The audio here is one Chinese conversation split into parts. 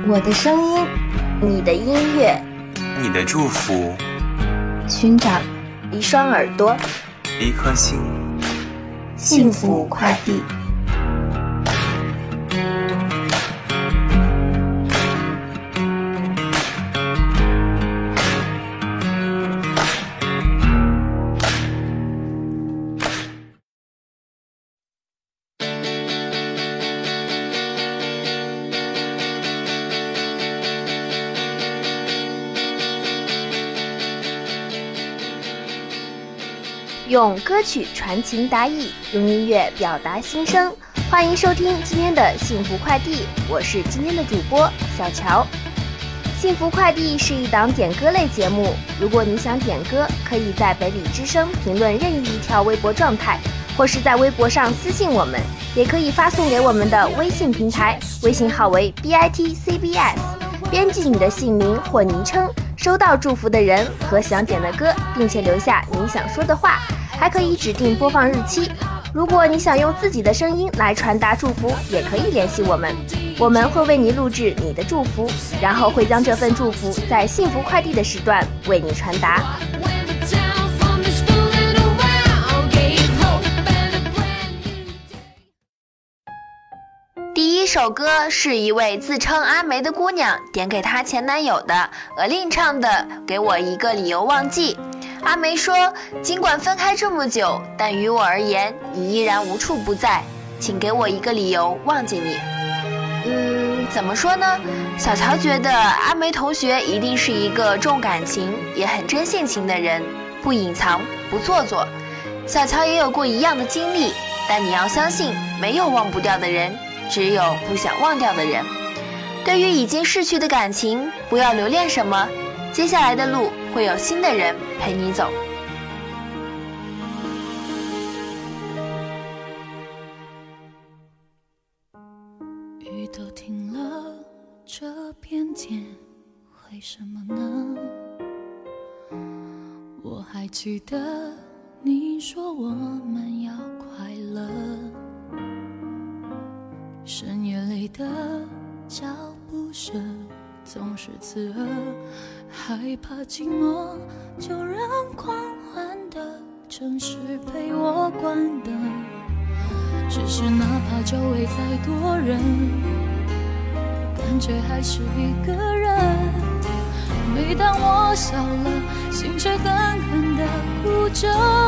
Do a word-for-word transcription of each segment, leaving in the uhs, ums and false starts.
我的声音， 你的音乐， 你的祝福， 寻找一双耳朵， 一颗心， 幸福快递。 用歌曲传情达意，用音乐表达心声。欢迎收听今天的幸福快递，我是今天的主播小乔。幸福快递是一档点歌类节目，如果你想点歌，可以在北理之声评论任意一条微博状态，或是在微博上私信我们，也可以发送给我们的微信平台，微信号为 B I T C B S， 编辑你的姓名或昵称，收到祝福的人和想点的歌，并且留下你想说的话，还可以指定播放日期。如果你想用自己的声音来传达祝福，也可以联系我们，我们会为你录制你的祝福，然后会将这份祝福在幸福快递的时段为你传达。第一首歌是一位自称阿梅的姑娘点给她前男友的阿令唱的《给我一个理由忘记》。阿梅说，尽管分开这么久，但于我而言，你依然无处不在，请给我一个理由忘记你。嗯，怎么说呢？小乔觉得阿梅同学一定是一个重感情也很真性情的人，不隐藏，不做作。小乔也有过一样的经历，但你要相信，没有忘不掉的人，只有不想忘掉的人。对于已经逝去的感情，不要留恋什么，接下来的路会有新的人陪你走。 雨都停了，这片天为什么呢？我还记得你说我们要快乐，深夜里的脚步声总是刺耳，害怕寂寞，就让狂欢的城市陪我关灯。只是哪怕周围再多人，感觉还是一个人。每当我笑了，心却狠狠地哭着。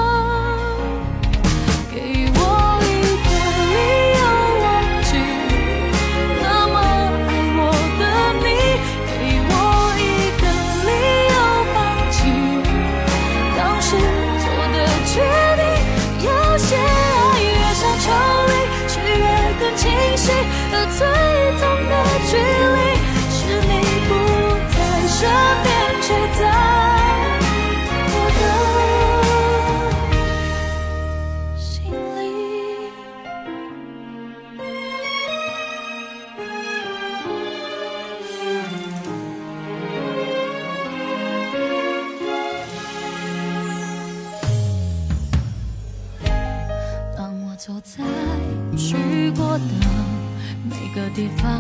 给我一个理由忘记那么爱我的你，给我一个理由放弃当时做的决定。有些爱越想抽离，却越更清晰，而最终的距离是你不在身边，却在我的心里。当我走在去过的每个地方，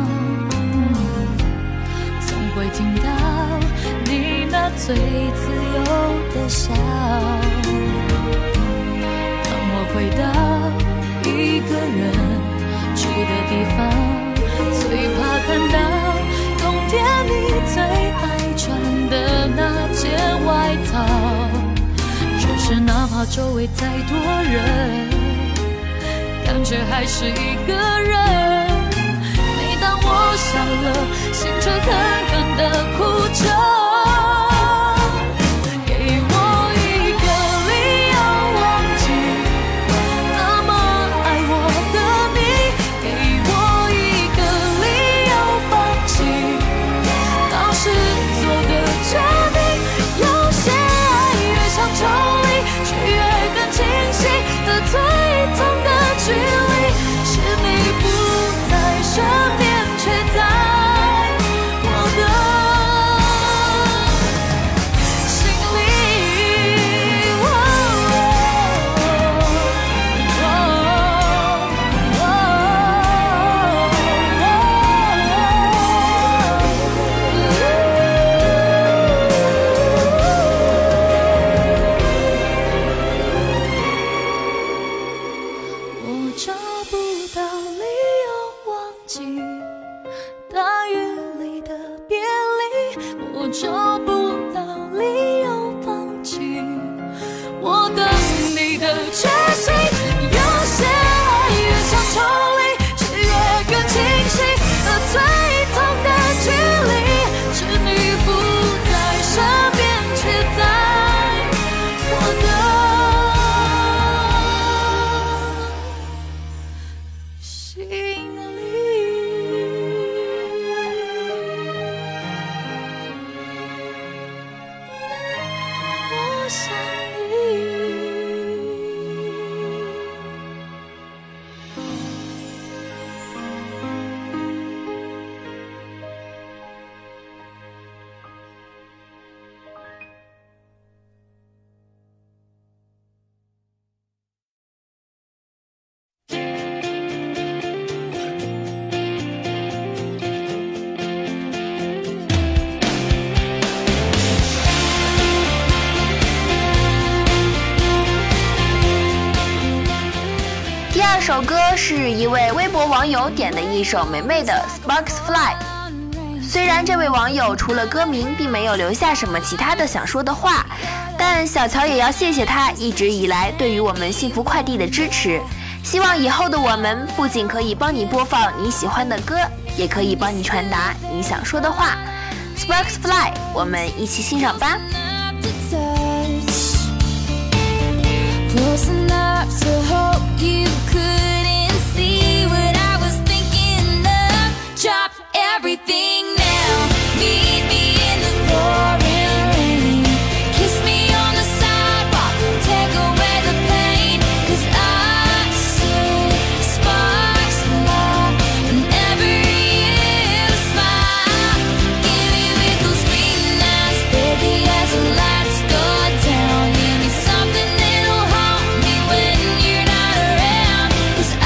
总会听到你那最自由的笑。当我回到一个人住的地方，最怕看到冬天你最爱穿的那件外套。就是哪怕周围再多人，感觉还是一个人。每当我笑了，心却狠狠地哭着。身边却在我的到理由忘记大雨里的别离，我找不到理由放弃我等你的决心。有些爱越想抽离，却越更清晰，而最痛的距离是你不在身边，却在我的心里。我想你。 第二首歌是一位微博网友点的一首梅梅的 Sparks Fly。 虽然这位网友除了歌名并没有留下什么其他的想说的话，但小乔也要谢谢他一直以来对于我们幸福快递的支持。希望以后的我们不仅可以帮你播放你喜欢的歌，也可以帮你传达你想说的话。 Sparks Fly， 我们一起欣赏吧。 Close enough to hope you couldn't see what I was thinking of. Drop everything now. Meet me in the pouring rain. Kiss me on the sidewalk. Take away the pain. 'Cause I see sparks fly whenever you smile. Give me with those green eyes, baby, as the lights go down. Give me something that'll haunt me when you're not around. 'Cause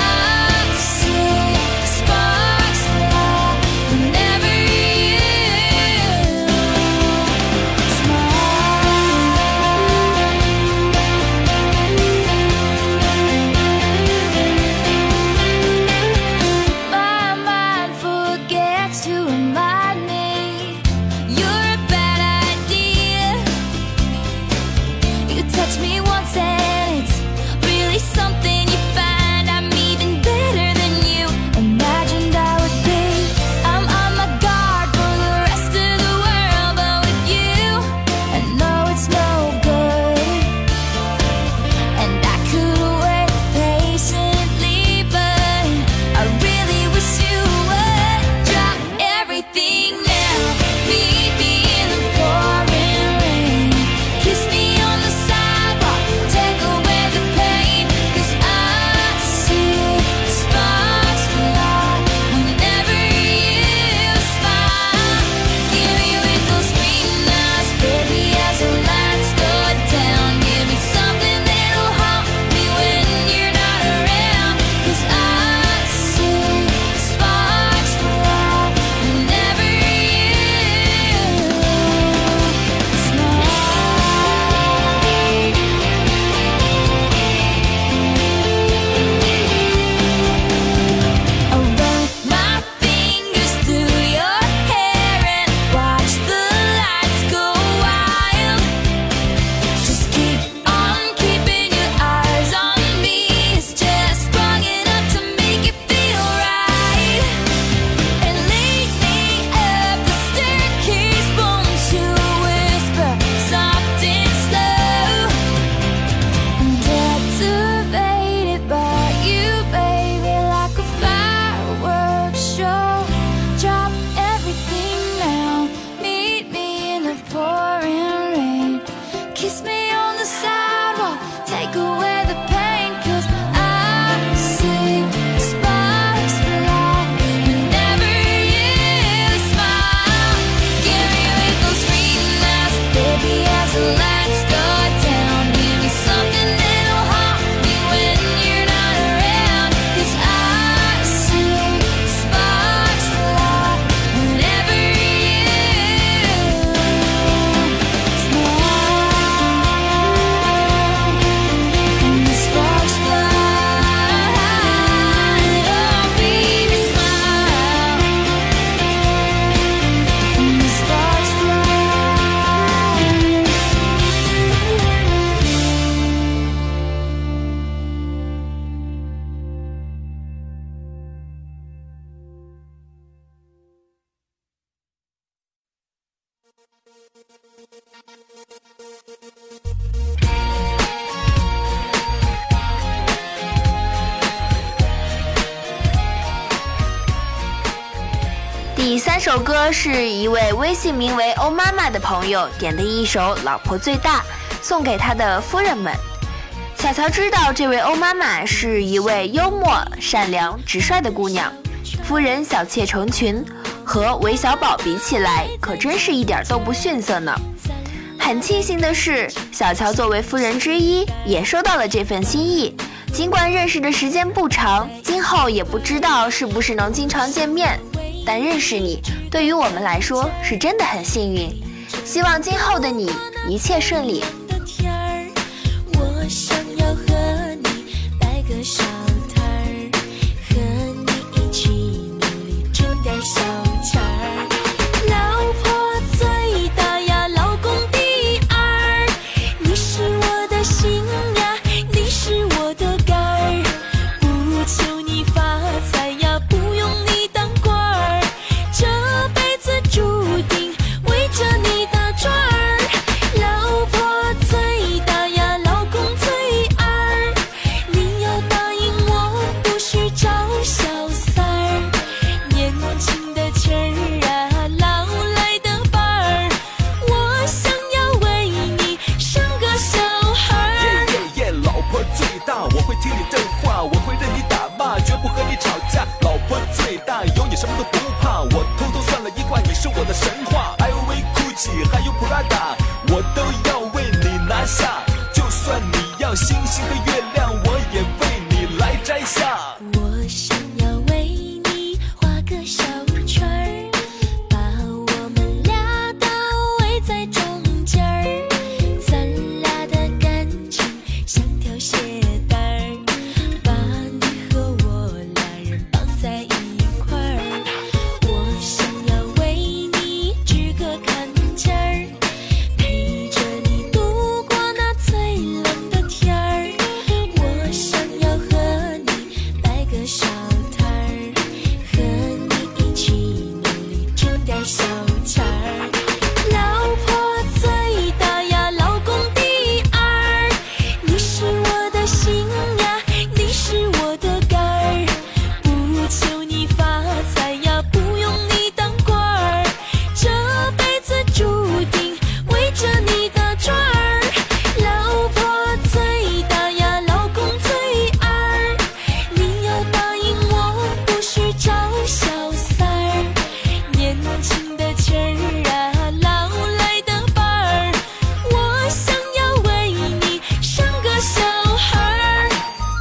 第三首歌是一位微信名为欧妈妈的朋友点的一首《老婆最大》，送给他的夫人们。小乔知道这位欧妈妈是一位幽默、善良、直率的姑娘，夫人小妾成群，和韦小宝比起来，可真是一点都不逊色呢。很庆幸的是，小乔作为夫人之一，也收到了这份心意。尽管认识的时间不长，今后也不知道是不是能经常见面，但认识你对于我们来说是真的很幸运。希望今后的你一切顺利。 我想要和你摆个小摊儿，和你一起努力挣点小钱儿。老婆最大呀，老公第二，你是我的心呀，你是我的肝儿，不求你发财呀，不用你当官儿，这辈子注定围着你打转儿。老婆最大呀，老公最二，你要答应我，不许找小三儿。年轻的气儿啊，老来的伴儿，我想要为你生个小孩儿。 耶耶耶，老婆最大，我会听你的话，我会任你打骂，绝不和你吵架。老婆最大，有你什么都不怕，我偷偷算了一卦，你是我的神话。L V、Gucci 还有 Prada， 我都要为你拿下。就算你要星星和月亮，我也为你来摘下。 我想要为你画个小圈儿，把我们俩都围在中间儿，咱俩的感情像条鞋带儿，把你和我俩人绑在一块儿。我想要为你支个坎肩儿，陪着你度过那最冷的天儿。我想要和你摆个小摊儿，和你一起努力挣点小钱儿。老婆最大呀，老公第二，你是我的心呀，你是我的肝儿，不求你发财呀，不用你当官儿，这辈子注定围着你打转儿。老婆最大呀，老公最二，你要答应我，不许找小三儿。年轻的气儿啊，老来的伴儿，我想要为你生个小孩儿。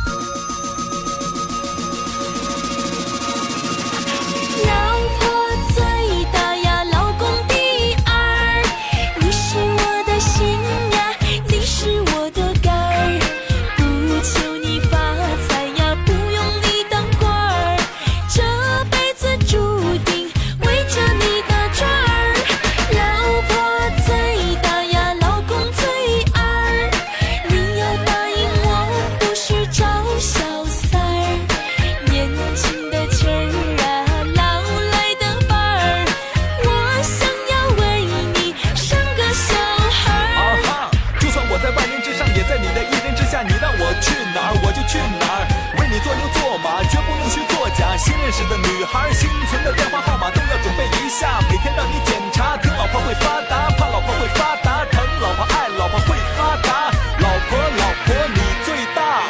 老婆最大呀，老公第二，你是我的心呀，你是我的肝儿，不求你发财呀，不用你当官儿，这辈子注定围着你打转儿。老婆最大呀，老公最二，你要答应我，不许找小三儿。年轻的气儿啊，老来的伴儿，我想要为你生个小孩啊儿。 哈！就算我在万人之上，也在你的一人之下。你让我去哪儿，我就去哪儿，为你做牛做马，绝不弄虚作假。新认识的女孩，新存的电话号码都要准备一下，每天让你检查。听老婆会发达，怕老婆会发达，疼老婆爱老婆会发达。老婆老婆你最大。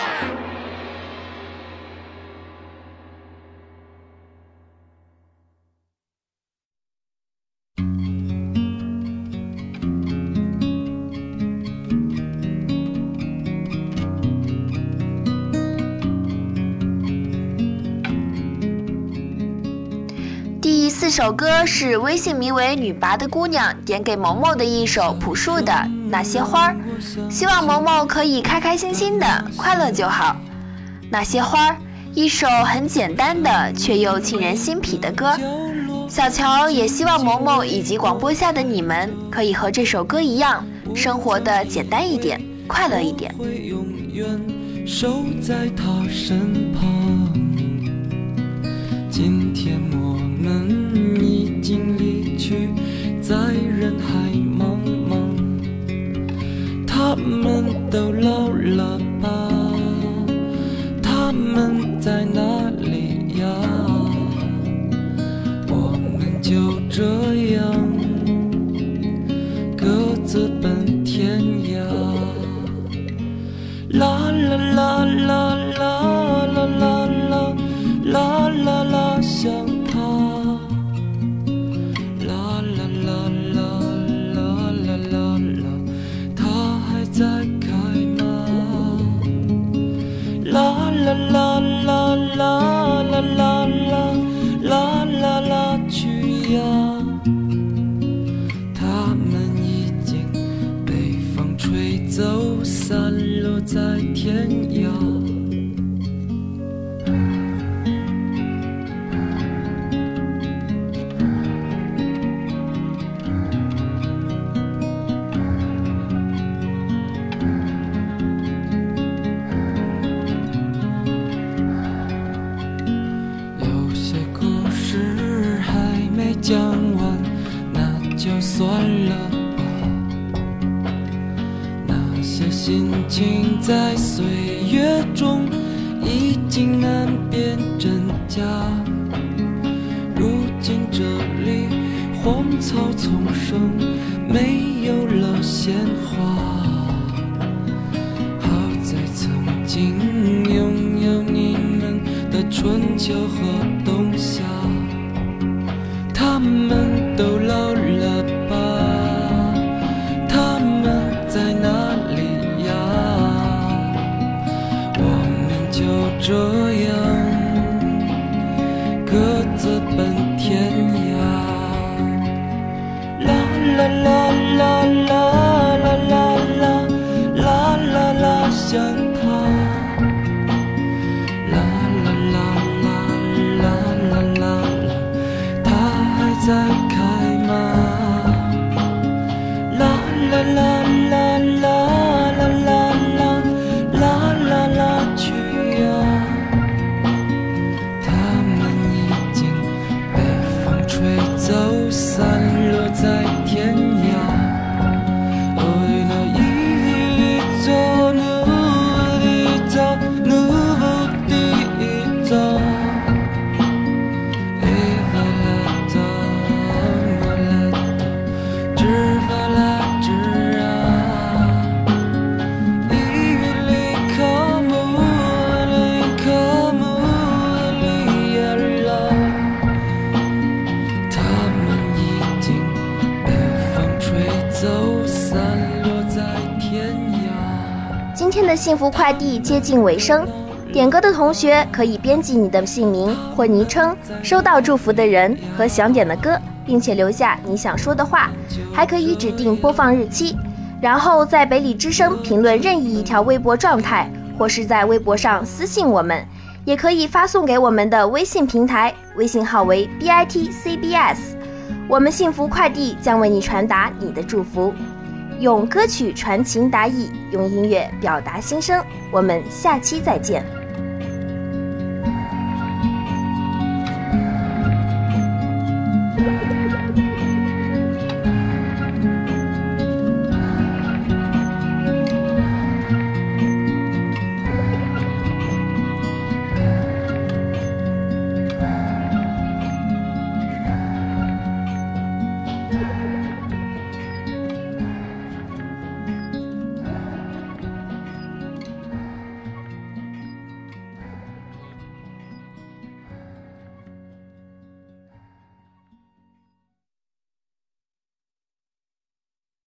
第四首歌是微信名为女拔的姑娘点给萌萌的一首朴树的《那些花儿》，希望萌萌可以开开心心的，快乐就好。那些花儿，一首很简单的却又沁人心脾的歌。小乔也希望萌萌以及广播下的你们可以和这首歌一样，生活的简单一点，快乐一点。 会永远守在他身旁。今天我们已经离去，在人海都老了吧？他们在哪里呀？我们就这样各自奔天涯。啦啦啦啦啦啦啦啦啦啦啦，想他。啦啦啦啦啦啦啦啦，他还在开吗？啦啦啦啦啦啦啦啦啦啦啦，去呀！他们已经被风吹走，散落在天涯。有些故事还没讲完，那就算了吧。那些心情在岁月中已经难辨真假。如今这里荒草丛生，没有了鲜花。好在曾经拥有你们的春秋和冬夏。他们都老了吧？他们在哪里呀？我们就这样各自奔天涯。啦啦啦啦啦啦啦啦啦啦啦，想他。啦啦啦啦啦啦啦啦，他还在开吗？啦啦啦啦啦啦啦啦啦啦啦，去呀！他们已经被风吹走，散落在天涯。Ôi là ý cho nước đi cho nước đi cho Eva la ta ma la ta Chữ va la chữ à Ý li khá mù li khá mù li à la 他们已经被风吹走，散落在天涯。 今天的幸福快递接近尾声，点歌的同学可以编辑你的姓名或昵称，收到祝福的人和想点的歌，并且留下你想说的话，还可以指定播放日期，然后在北理之声评论任意一条微博状态，或是在微博上私信我们，也可以发送给我们的微信平台，微信号为 B I T C B S， 我们幸福快递将为你传达你的祝福。用歌曲传情达意，用音乐表达心声。我们下期再见。